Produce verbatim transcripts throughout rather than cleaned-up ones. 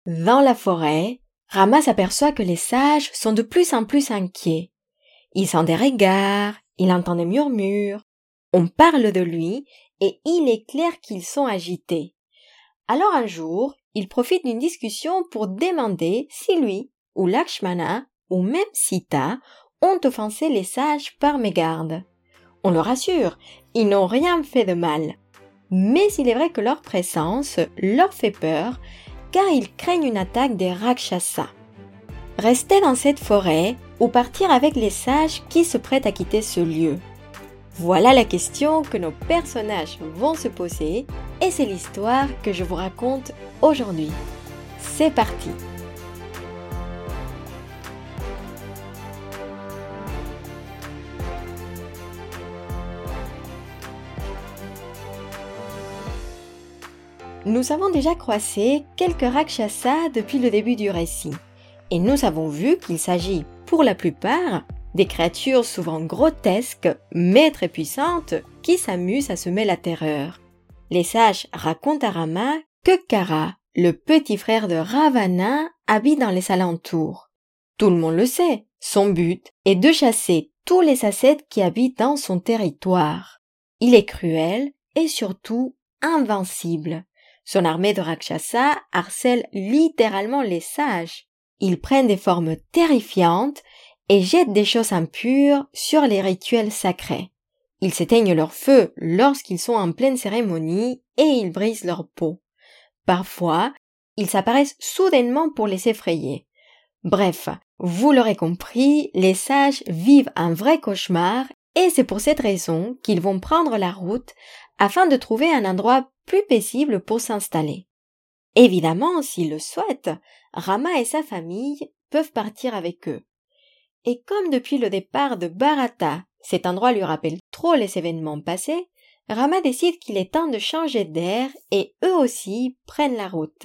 Dans la forêt, Rama s'aperçoit que les sages sont de plus en plus inquiets. Il sent des regards, il entend des murmures, on parle de lui et il est clair qu'ils sont agités. Alors un jour, il profite d'une discussion pour demander si lui, ou Lakshmana, ou même Sita, ont offensé les sages par mégarde. On le rassure, ils n'ont rien fait de mal. Mais il est vrai que leur présence leur fait peur, car ils craignent une attaque des Rakshasas. Rester dans cette forêt ou partir avec les sages qui se prêtent à quitter ce lieu? Voilà la question que nos personnages vont se poser et c'est l'histoire que je vous raconte aujourd'hui. C'est parti! Nous avons déjà croisé quelques Rakshasas depuis le début du récit et nous avons vu qu'il s'agit pour la plupart des créatures souvent grotesques mais très puissantes qui s'amusent à semer la terreur. Les sages racontent à Rama que Kara, le petit frère de Ravana, habite dans les alentours. Tout le monde le sait, son but est de chasser tous les ascètes qui habitent dans son territoire. Il est cruel et surtout invincible. Son armée de Rakshasas harcèle littéralement les sages. Ils prennent des formes terrifiantes et jettent des choses impures sur les rituels sacrés. Ils s'éteignent leur feu lorsqu'ils sont en pleine cérémonie et ils brisent leur peau. Parfois, ils s'apparaissent soudainement pour les effrayer. Bref, vous l'aurez compris, les sages vivent un vrai cauchemar et c'est pour cette raison qu'ils vont prendre la route afin de trouver un endroit plus paisible pour s'installer. Évidemment, s'ils le souhaitent, Rama et sa famille peuvent partir avec eux. Et comme depuis le départ de Bharata, cet endroit lui rappelle trop les événements passés, Rama décide qu'il est temps de changer d'air et eux aussi prennent la route.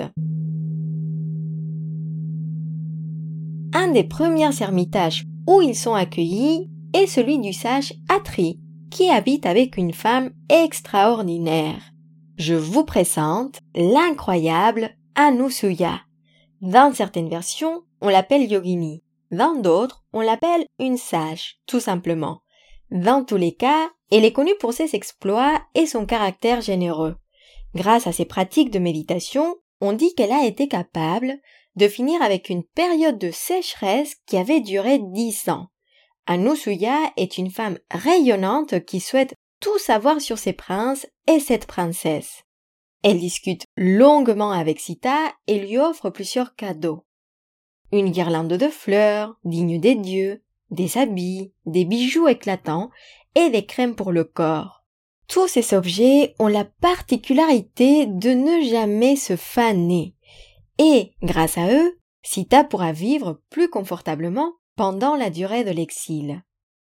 Un des premiers ermitages où ils sont accueillis est celui du sage Atri, qui habite avec une femme extraordinaire. Je vous présente l'incroyable Anusuya. Dans certaines versions, on l'appelle Yogini. Dans d'autres, on l'appelle une sage, tout simplement. Dans tous les cas, elle est connue pour ses exploits et son caractère généreux. Grâce à ses pratiques de méditation, on dit qu'elle a été capable de finir avec une période de sécheresse qui avait duré dix ans. Anusuya est une femme rayonnante qui souhaite tout savoir sur ses princes et cette princesse. Elle discute longuement avec Sita et lui offre plusieurs cadeaux. Une guirlande de fleurs, digne des dieux, des habits, des bijoux éclatants et des crèmes pour le corps. Tous ces objets ont la particularité de ne jamais se faner. Et, grâce à eux, Sita pourra vivre plus confortablement pendant la durée de l'exil.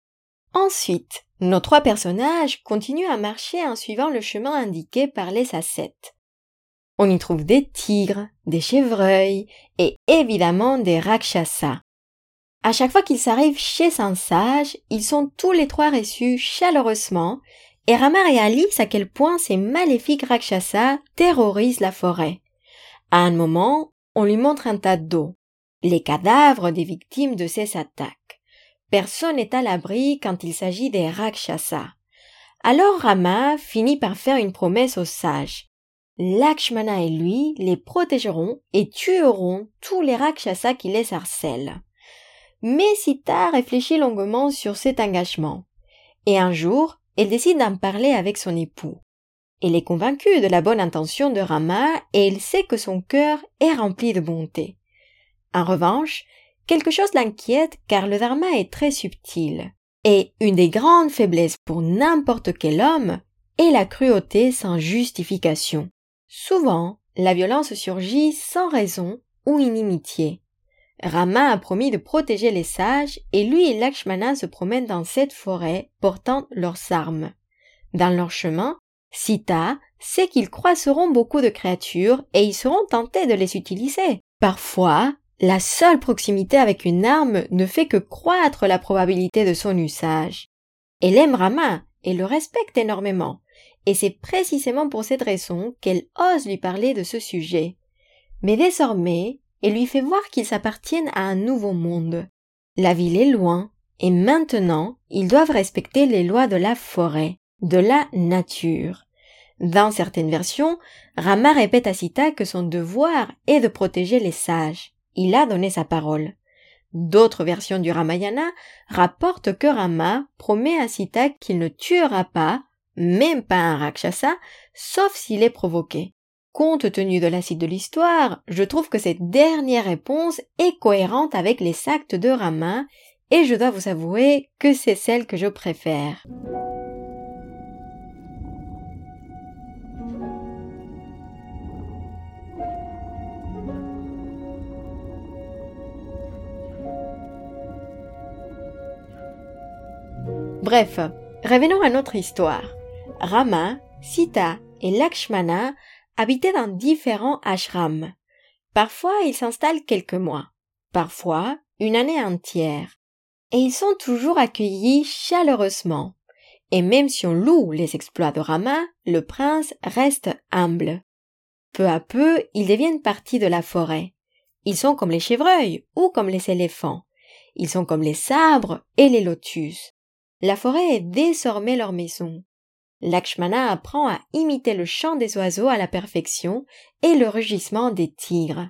Ensuite, nos trois personnages continuent à marcher en suivant le chemin indiqué par les ascètes. On y trouve des tigres, des chevreuils et évidemment des rakshasas. À chaque fois qu'ils arrivent chez un sage, ils sont tous les trois reçus chaleureusement et Rama réalise à quel point ces maléfiques rakshasas terrorisent la forêt. À un moment, on lui montre un tas d'eau, les cadavres des victimes de ces attaques. Personne n'est à l'abri quand il s'agit des Rakshasas. Alors Rama finit par faire une promesse aux sages. Lakshmana et lui les protégeront et tueront tous les Rakshasas qui les harcèlent. Mais Sita réfléchit longuement sur cet engagement. Et un jour, elle décide d'en parler avec son époux. Elle est convaincue de la bonne intention de Rama et elle sait que son cœur est rempli de bonté. En revanche, quelque chose l'inquiète car le dharma est très subtil. Et une des grandes faiblesses pour n'importe quel homme est la cruauté sans justification. Souvent, la violence surgit sans raison ou inimitié. Rama a promis de protéger les sages et lui et Lakshmana se promènent dans cette forêt portant leurs armes. Dans leur chemin, Sita sait qu'ils croiseront beaucoup de créatures et ils seront tentés de les utiliser. Parfois, la seule proximité avec une arme ne fait que croître la probabilité de son usage. Elle aime Rama et le respecte énormément, et c'est précisément pour cette raison qu'elle ose lui parler de ce sujet. Mais désormais, et lui fait voir qu'ils appartiennent à un nouveau monde. La ville est loin, et maintenant, ils doivent respecter les lois de la forêt, de la nature. Dans certaines versions, Rama répète à Sita que son devoir est de protéger les sages. Il a donné sa parole. D'autres versions du Ramayana rapportent que Rama promet à Sita qu'il ne tuera pas, même pas un Rakshasa, sauf s'il est provoqué. Compte tenu de la suite de l'histoire, je trouve que cette dernière réponse est cohérente avec les actes de Rama, et je dois vous avouer que c'est celle que je préfère. Bref, revenons à notre histoire. Rama, Sita et Lakshmana habitaient dans différents ashrams. Parfois, ils s'installent quelques mois, parfois une année entière. Et ils sont toujours accueillis chaleureusement. Et même si on loue les exploits de Rama, le prince reste humble. Peu à peu, ils deviennent partie de la forêt. Ils sont comme les chevreuils ou comme les éléphants. Ils sont comme les sabres et les lotus. La forêt est désormais leur maison. Lakshmana apprend à imiter le chant des oiseaux à la perfection et le rugissement des tigres.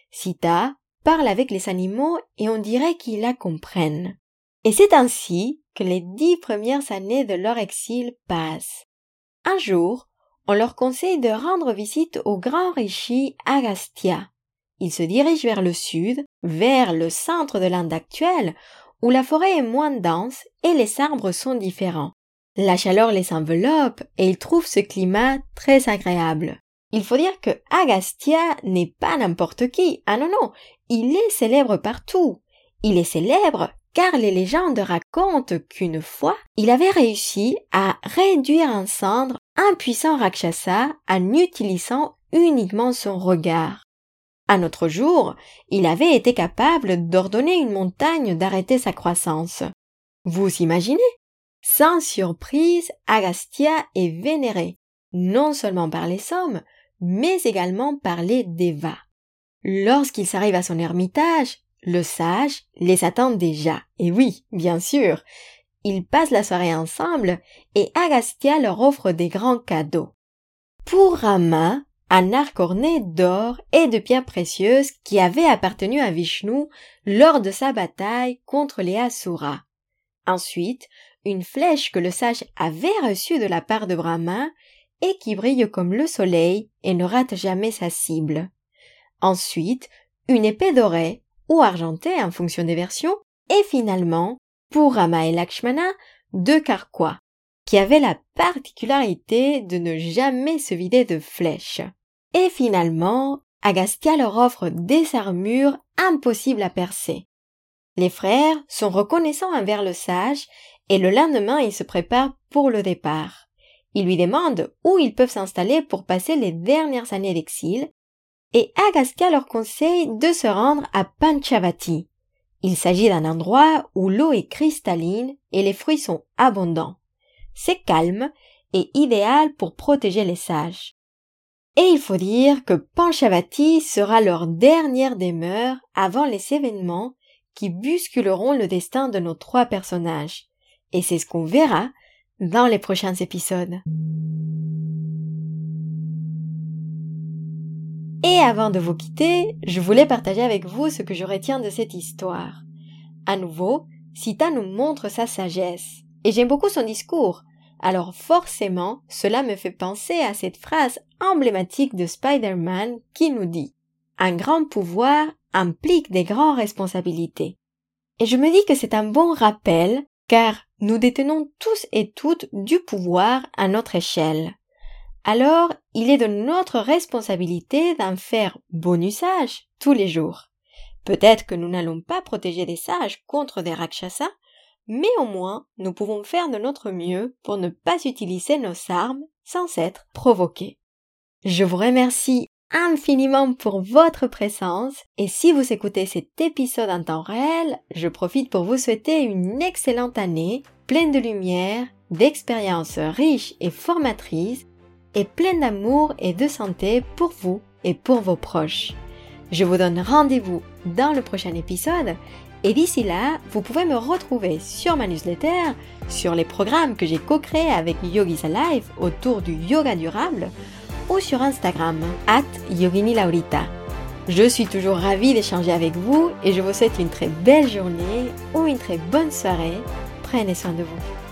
Sita parle avec les animaux et on dirait qu'ils la comprennent. Et c'est ainsi que les dix premières années de leur exil passent. Un jour, on leur conseille de rendre visite au grand rishi Agastya. Ils se dirigent vers le sud, vers le centre de l'Inde actuelle, où la forêt est moins dense et les arbres sont différents. La chaleur les enveloppe et ils trouvent ce climat très agréable. Il faut dire que Agastya n'est pas n'importe qui. Ah non, non, il est célèbre partout. Il est célèbre car les légendes racontent qu'une fois, il avait réussi à réduire en cendres un puissant Rakshasa en utilisant uniquement son regard. Un autre jour, il avait été capable d'ordonner une montagne d'arrêter sa croissance. Vous imaginez? Sans surprise, Agastya est vénéré, non seulement par les hommes, mais également par les devas. Lorsqu'ils arrivent à son ermitage, le sage les attend déjà. Et oui, bien sûr, ils passent la soirée ensemble et Agastya leur offre des grands cadeaux. Pour Rama, un arc orné d'or et de pierres précieuses qui avait appartenu à Vishnu lors de sa bataille contre les Asuras. Ensuite, une flèche que le sage avait reçue de la part de Brahma et qui brille comme le soleil et ne rate jamais sa cible. Ensuite, une épée dorée ou argentée en fonction des versions et finalement, pour Rama et Lakshmana, deux carquois qui avaient la particularité de ne jamais se vider de flèches. Et finalement, Agastya leur offre des armures impossibles à percer. Les frères sont reconnaissants envers le sage et le lendemain ils se préparent pour le départ. Ils lui demandent où ils peuvent s'installer pour passer les dernières années d'exil et Agastya leur conseille de se rendre à Panchavati. Il s'agit d'un endroit où l'eau est cristalline et les fruits sont abondants. C'est calme et idéal pour protéger les sages. Et il faut dire que Panchavati sera leur dernière demeure avant les événements qui bousculeront le destin de nos trois personnages. Et c'est ce qu'on verra dans les prochains épisodes. Et avant de vous quitter, je voulais partager avec vous ce que je retiens de cette histoire. À nouveau, Sita nous montre sa sagesse. Et j'aime beaucoup son discours. Alors forcément, cela me fait penser à cette phrase emblématique de Spider-Man qui nous dit « Un grand pouvoir implique des grandes responsabilités ». Et je me dis que c'est un bon rappel car nous détenons tous et toutes du pouvoir à notre échelle. Alors, il est de notre responsabilité d'en faire bon usage tous les jours. Peut-être que nous n'allons pas protéger des sages contre des rakshasas, mais au moins, nous pouvons faire de notre mieux pour ne pas utiliser nos armes sans être provoqués. Je vous remercie infiniment pour votre présence et si vous écoutez cet épisode en temps réel, je profite pour vous souhaiter une excellente année, pleine de lumière, d'expériences riches et formatrices et pleine d'amour et de santé pour vous et pour vos proches. Je vous donne rendez-vous dans le prochain épisode et d'ici là, vous pouvez me retrouver sur ma newsletter, sur les programmes que j'ai co-créés avec Yogis Alive autour du yoga durable ou sur Instagram, at Yogini Laurita. Je suis toujours ravie d'échanger avec vous et je vous souhaite une très belle journée ou une très bonne soirée. Prenez soin de vous.